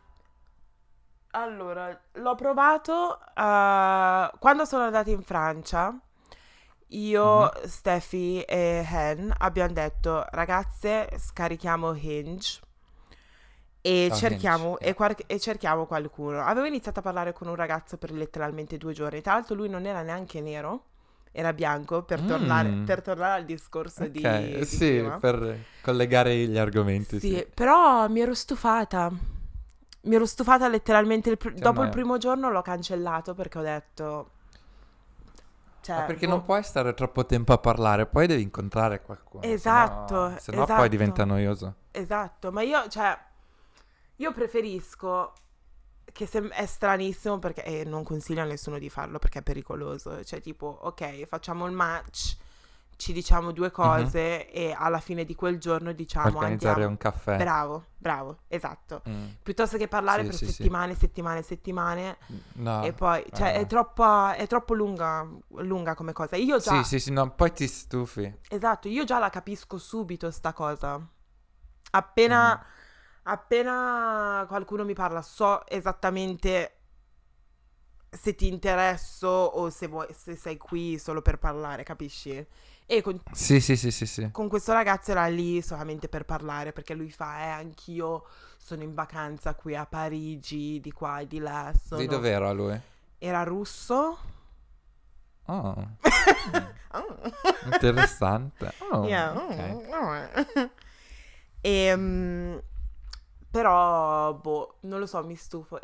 Allora, l'ho provato quando sono andata in Francia. Io, Mhm. Steffi e Hen abbiamo detto, ragazze, scarichiamo Hinge e Oh, Hinge, cerchiamo, yeah. e cerchiamo qualcuno. Avevo iniziato a parlare con un ragazzo per letteralmente 2 giorni. Tra l'altro lui non era neanche nero, era bianco, Mm, per tornare al discorso ok, di sì, prima. per collegare gli argomenti, sì. Sì, però mi ero stufata. Mi ero stufata letteralmente. Ti Dopo il annoia. primo giorno l'ho cancellato perché ho detto, Ma cioè, perché non boh, puoi stare troppo tempo a parlare, poi devi incontrare qualcuno, esatto, se no poi diventa esatto, noioso. esatto. Ma io, cioè, io preferisco che è stranissimo perché e non consiglio a nessuno di farlo perché è pericoloso. Cioè, tipo, ok, facciamo il match, ci diciamo due Mhm. cose e alla fine di quel giorno diciamo Organizzare andiamo. un caffè. Bravo, bravo, esatto. Mm. Piuttosto che parlare Sì, per sì, sì. settimane, settimane, settimane e No, poi, cioè, no. è troppo lunga come cosa. Io Sì, già, sì, sì, no, poi ti stufi. esatto, io già la capisco subito sta cosa. Mhm. Appena qualcuno mi parla, so esattamente se ti interesso o se vuoi, se sei qui solo per parlare, capisci? E Sì, sì, sì, sì, sì. con questo ragazzo era lì solamente per parlare perché lui fa, anch'io sono in vacanza qui a Parigi, di qua e di là, Di sono... dov'era lui? Era russo? Oh, mm, Oh. interessante. Oh, Yeah, ok. oh. Ehm, però, boh, non lo so, mi stufo.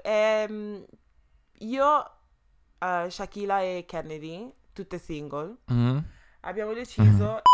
Io, Shakila e Kennedy, tutte single, Mhm, abbiamo mhm. deciso...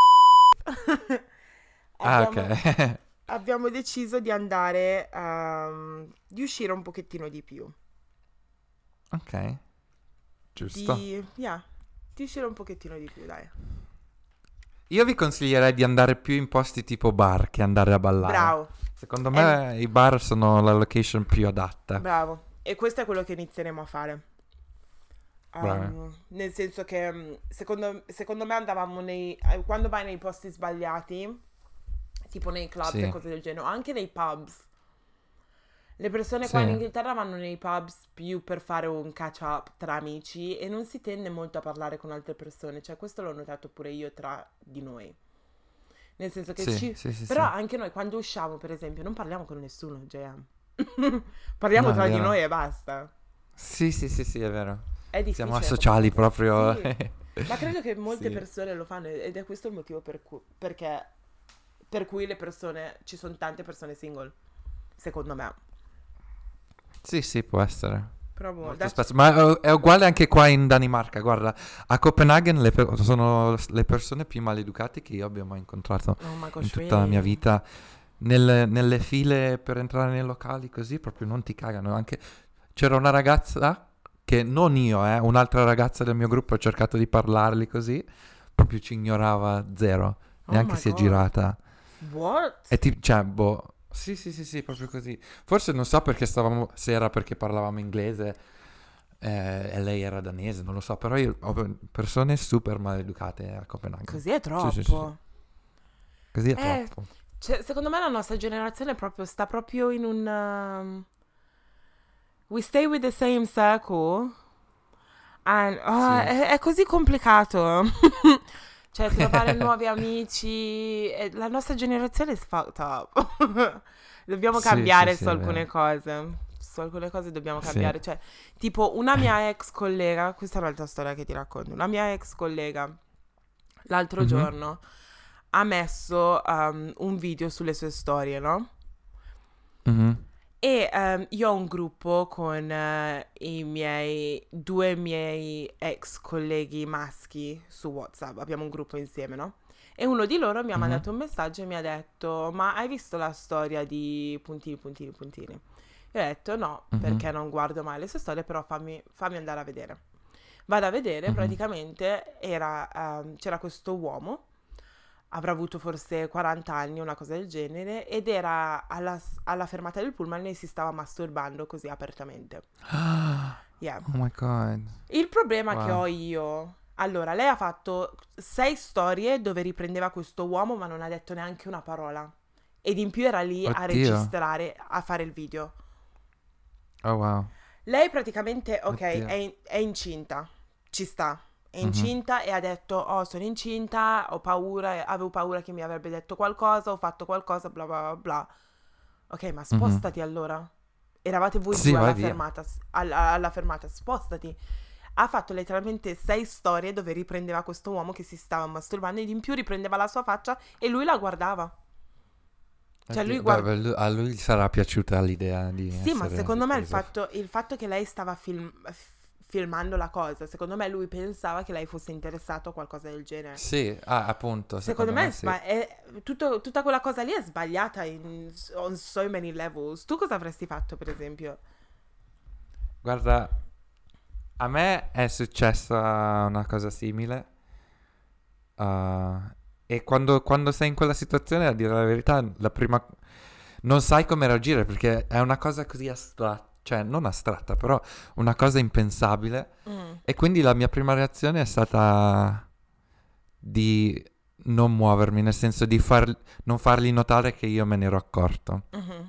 Ah, ok. abbiamo, abbiamo deciso di andare, di uscire un pochettino di più. Ok, giusto. Di uscire un pochettino di più, dai. Io vi consiglierei di andare più in posti tipo bar che andare a ballare. Bravo, Secondo è- me i bar sono la location più adatta. bravo. E questo è quello che inizieremo a fare. Brava. Nel senso che secondo me andavamo quando vai nei posti sbagliati, tipo nei clubs e Sì, cose del genere, o anche nei pubs. Le persone qua in sì. Inghilterra vanno nei pubs più per fare un catch up tra amici e non si tende molto a parlare con altre persone, cioè questo l'ho notato pure io tra di noi. Nel senso che Sì, sì, sì, però sì. anche noi quando usciamo, per esempio, non parliamo con nessuno, JM. Parliamo No, è tra di noi vero. e basta. Sì, sì, sì, sì, è vero. È Siamo difficile come asociali cosa. proprio. Sì, ma credo che molte Sì. persone lo fanno ed è questo il motivo per cui le persone, ci sono tante persone single, secondo me. Sì, sì, può essere. Però boh, Molto spesso. Ma è uguale anche qua in Danimarca. Guarda, a Copenaghen sono le persone più maleducate che io abbia mai incontrato oh my in gosh, tutta la mia really? vita. Nelle file per entrare nei locali così proprio non ti cagano. Anche c'era una ragazza che non io, un'altra ragazza del mio gruppo, ho cercato di parlarli così, proprio ci ignorava zero, Oh neanche my si è god. girata. What? E cioè, boh, sì, sì, sì, sì, proprio così. Forse non so perché se era perché parlavamo inglese e lei era danese, non lo so, però io ho persone super maleducate a Copenaghen. Così è Sì, sì, sì, sì. troppo. Così è Eh, troppo. cioè, secondo me la nostra generazione sta proprio in un... we stay with the same circle. È così complicato. Cioè, trovare nuovi amici. La nostra generazione è fucked up. Dobbiamo Sì, sì, cambiare sì, su è alcune vero. cose. Su alcune cose dobbiamo Sì. cambiare. Cioè, tipo, una mia ex collega. Questa è un'altra storia che ti racconto. Una mia ex collega, l'altro Mhm, giorno, ha messo un video sulle sue storie, no? mhm, E io ho un gruppo con due miei ex colleghi maschi su WhatsApp, abbiamo un gruppo insieme, no? E uno di loro mi ha mhm, mandato un messaggio e mi ha detto: Ma hai visto la storia di puntini, puntini, puntini? Io ho detto: No, mhm, perché non guardo mai le sue storie, però fammi andare a vedere. Vado a vedere, mhm. praticamente c'era questo uomo, avrà avuto forse 40 anni, una cosa del genere, ed era alla fermata del pullman e si stava masturbando così apertamente. Yeah. Oh my god. Il problema che Wow. ho io... Allora, lei ha fatto 6 storie dove riprendeva questo uomo, ma non ha detto neanche una parola. Ed in più era lì a Oddio. registrare, a fare il video. Oh wow. Lei praticamente, ok, Oddio. è incinta, ci sta, è Mhm, incinta e ha detto, oh, sono incinta, ho paura, avevo paura che mi avrebbe detto qualcosa, ho fatto qualcosa, bla bla bla bla. Ok, ma mhm. spostati allora. Eravate voi Sì, due vai alla via. fermata, alla fermata, spostati. Ha fatto letteralmente 6 storie dove riprendeva questo uomo che si stava masturbando ed in più riprendeva la sua faccia e lui la guardava. Cioè lui Oddio. Beh, guarda... beh, a lui gli sarà piaciuta l'idea di Sì, ma essere secondo me ripreso. il fatto che lei stava filmando la cosa, secondo me lui pensava che lei fosse interessato a qualcosa del genere. Sì, appunto, Secondo secondo me me sì. tutta quella cosa lì è sbagliata on so many levels. Tu cosa avresti fatto, per esempio? Guarda, a me è successa una cosa simile. uh, e quando sei in quella situazione, a dire la verità, la prima... Non sai come reagire perché è una cosa così astratta. Cioè, non astratta, però una cosa impensabile. Mm, E quindi la mia prima reazione è stata di non muovermi, nel senso di non fargli notare che io me ne ero accorto. mhm,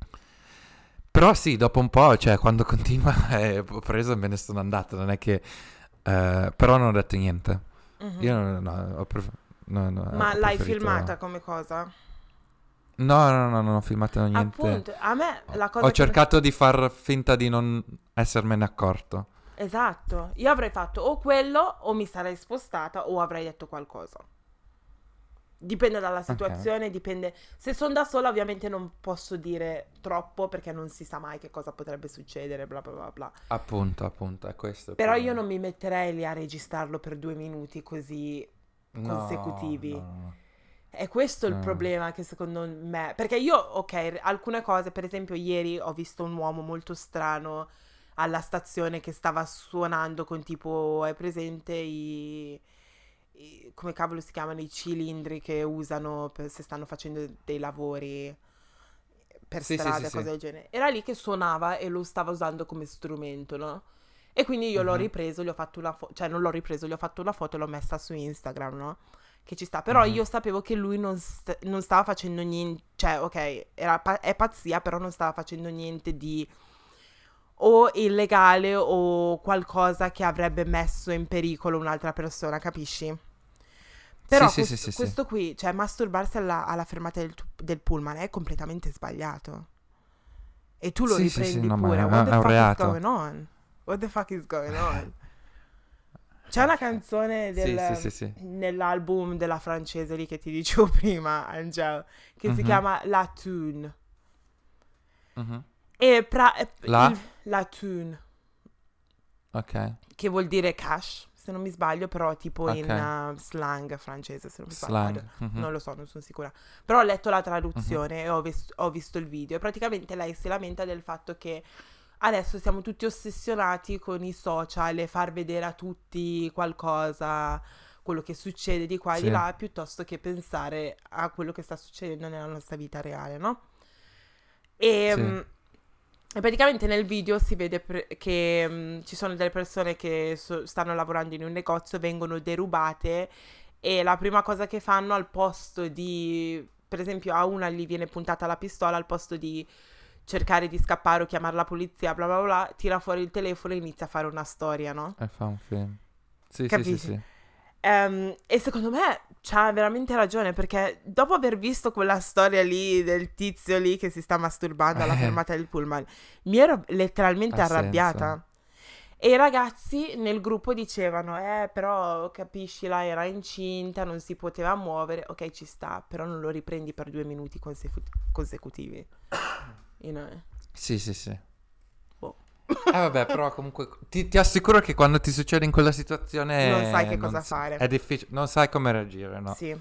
Però sì, dopo un po', cioè quando continua, ho preso e me ne sono andato, non è che... però non ho detto niente. Io mhm. no, Ma ho l'hai filmata preferito... come cosa? No, no, no, non ho filmato niente. Appunto, a me la Ho cosa che... cercato di far finta di non essermene accorto. Esatto, io avrei fatto o quello o mi sarei spostata o avrei detto qualcosa. Dipende dalla Ok. situazione, dipende... Se sono da sola ovviamente non posso dire troppo perché non si sa mai che cosa potrebbe succedere, bla bla bla bla. Appunto, è questo il Però io problema. non mi metterei lì a registrarlo per 2 minuti così No, no, consecutivi. no, È questo il no. problema che secondo me... Perché io, ok, alcune cose, per esempio ieri ho visto un uomo molto strano alla stazione che stava suonando con tipo, hai presente come cavolo si chiamano i cilindri che usano se stanno facendo dei lavori per Sì, sì, sì, strada, sì. cose del genere. Era lì che suonava e lo stava usando come strumento, no? E quindi io l'ho Mhm, ripreso, gli ho fatto una foto, cioè non l'ho ripreso, gli ho fatto una foto e l'ho messa su Instagram, no? Che ci sta. Però mhm. io sapevo che lui non stava facendo niente, cioè ok, è pazzia, però non stava facendo niente di o illegale o qualcosa che avrebbe messo in pericolo un'altra persona, capisci? Sì, Però sì, sì, sì, sì. questo qui, cioè masturbarsi alla fermata del pullman è completamente sbagliato. E tu lo Sì, sì, sì, riprendi no, pure. ma What the è un fuck is reato. going on? What the fuck is going on? C'è una canzone Sì, sì, sì, sì. nell'album della francese lì che ti dicevo prima, Angel, che si Mhm, chiama La Tune. mhm. Il, La? La Tune, Ok, che vuol dire cash, se non mi sbaglio, però tipo ok. in slang francese, se non mi sbaglio. Slang. Mhm, Non lo so, non sono sicura. Però ho letto la mhm. traduzione e ho visto il video. E praticamente lei si lamenta del fatto che adesso siamo tutti ossessionati con i social e far vedere a tutti qualcosa, quello che succede di qua e di Sì, là, piuttosto che pensare a quello che sta succedendo nella nostra vita reale, no? E, sì, e praticamente nel video si vede che ci sono delle persone che stanno lavorando in un negozio, vengono derubate e la prima cosa che fanno al posto di... Per esempio a una gli viene puntata la pistola, al posto di cercare di scappare o chiamare la polizia, bla bla bla, tira fuori il telefono e inizia a fare una storia, no? e fa un film. Sì, sì, sì, Capisci? sì. E secondo me c'ha veramente ragione, perché dopo aver visto quella storia lì del tizio lì che si sta masturbando alla fermata del pullman, mi ero letteralmente Ha arrabbiata. senso. E i ragazzi nel gruppo dicevano, però capisci, là era incinta, non si poteva muovere, ok ci sta, però non lo riprendi per 2 minuti consecutivi. You know? Sì, sì, sì. Boh. Vabbè, però comunque ti assicuro che quando ti succede in quella situazione Non sai che cosa fare. È difficile, non sai come reagire, no? Sì.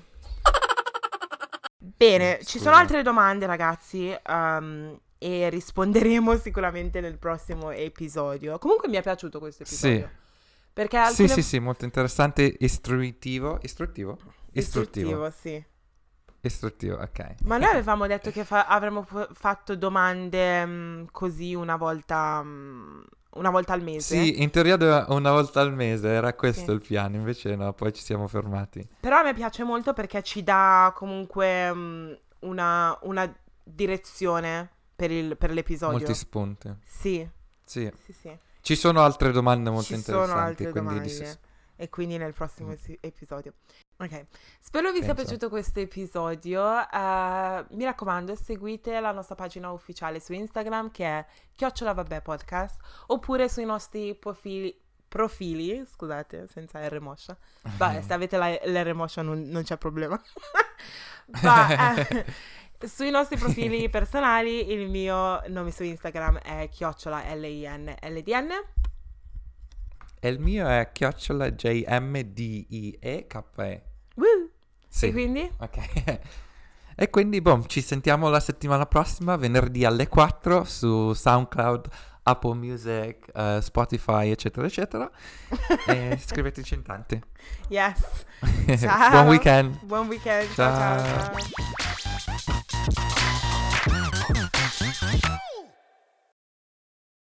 Bene, ci sono Scusa. altre domande, ragazzi, e risponderemo sicuramente nel prossimo episodio. Comunque mi è piaciuto questo episodio. Sì. Perché Sì, alcune... sì, sì, molto interessante, istruttivo. Istruttivo? Istruttivo, sì. Istruttivo, ok. Ma noi avevamo detto che avremmo fatto domande così una volta al mese. Sì, in teoria una volta al mese era questo Sì. il piano, invece no, poi ci siamo fermati. Però a me piace molto perché ci dà comunque una direzione per l'episodio. Molti spunti. Sì, Sì. sì, sì. Ci sono altre domande molto Ci interessanti, sono altre quindi domande. E quindi nel prossimo episodio. Ok, spero vi sia Penso. piaciuto questo episodio. Mi raccomando, seguite la nostra pagina ufficiale su Instagram che è @vabbè_podcast, oppure sui nostri profili, scusate, senza R moscia. Beh, se avete l'R moscia non c'è problema. Ma sui nostri profili personali il mio nome su Instagram è @linldn. E il mio è @jmdieeke. Woo! Sì. E quindi? Ok. E quindi, boh, ci sentiamo la settimana prossima, venerdì alle 4 su SoundCloud, Apple Music, Spotify, eccetera, eccetera. E iscriveteci in tanti. Yes. Ciao. Buon weekend. Buon weekend. Ciao ciao. Ciao. ciao.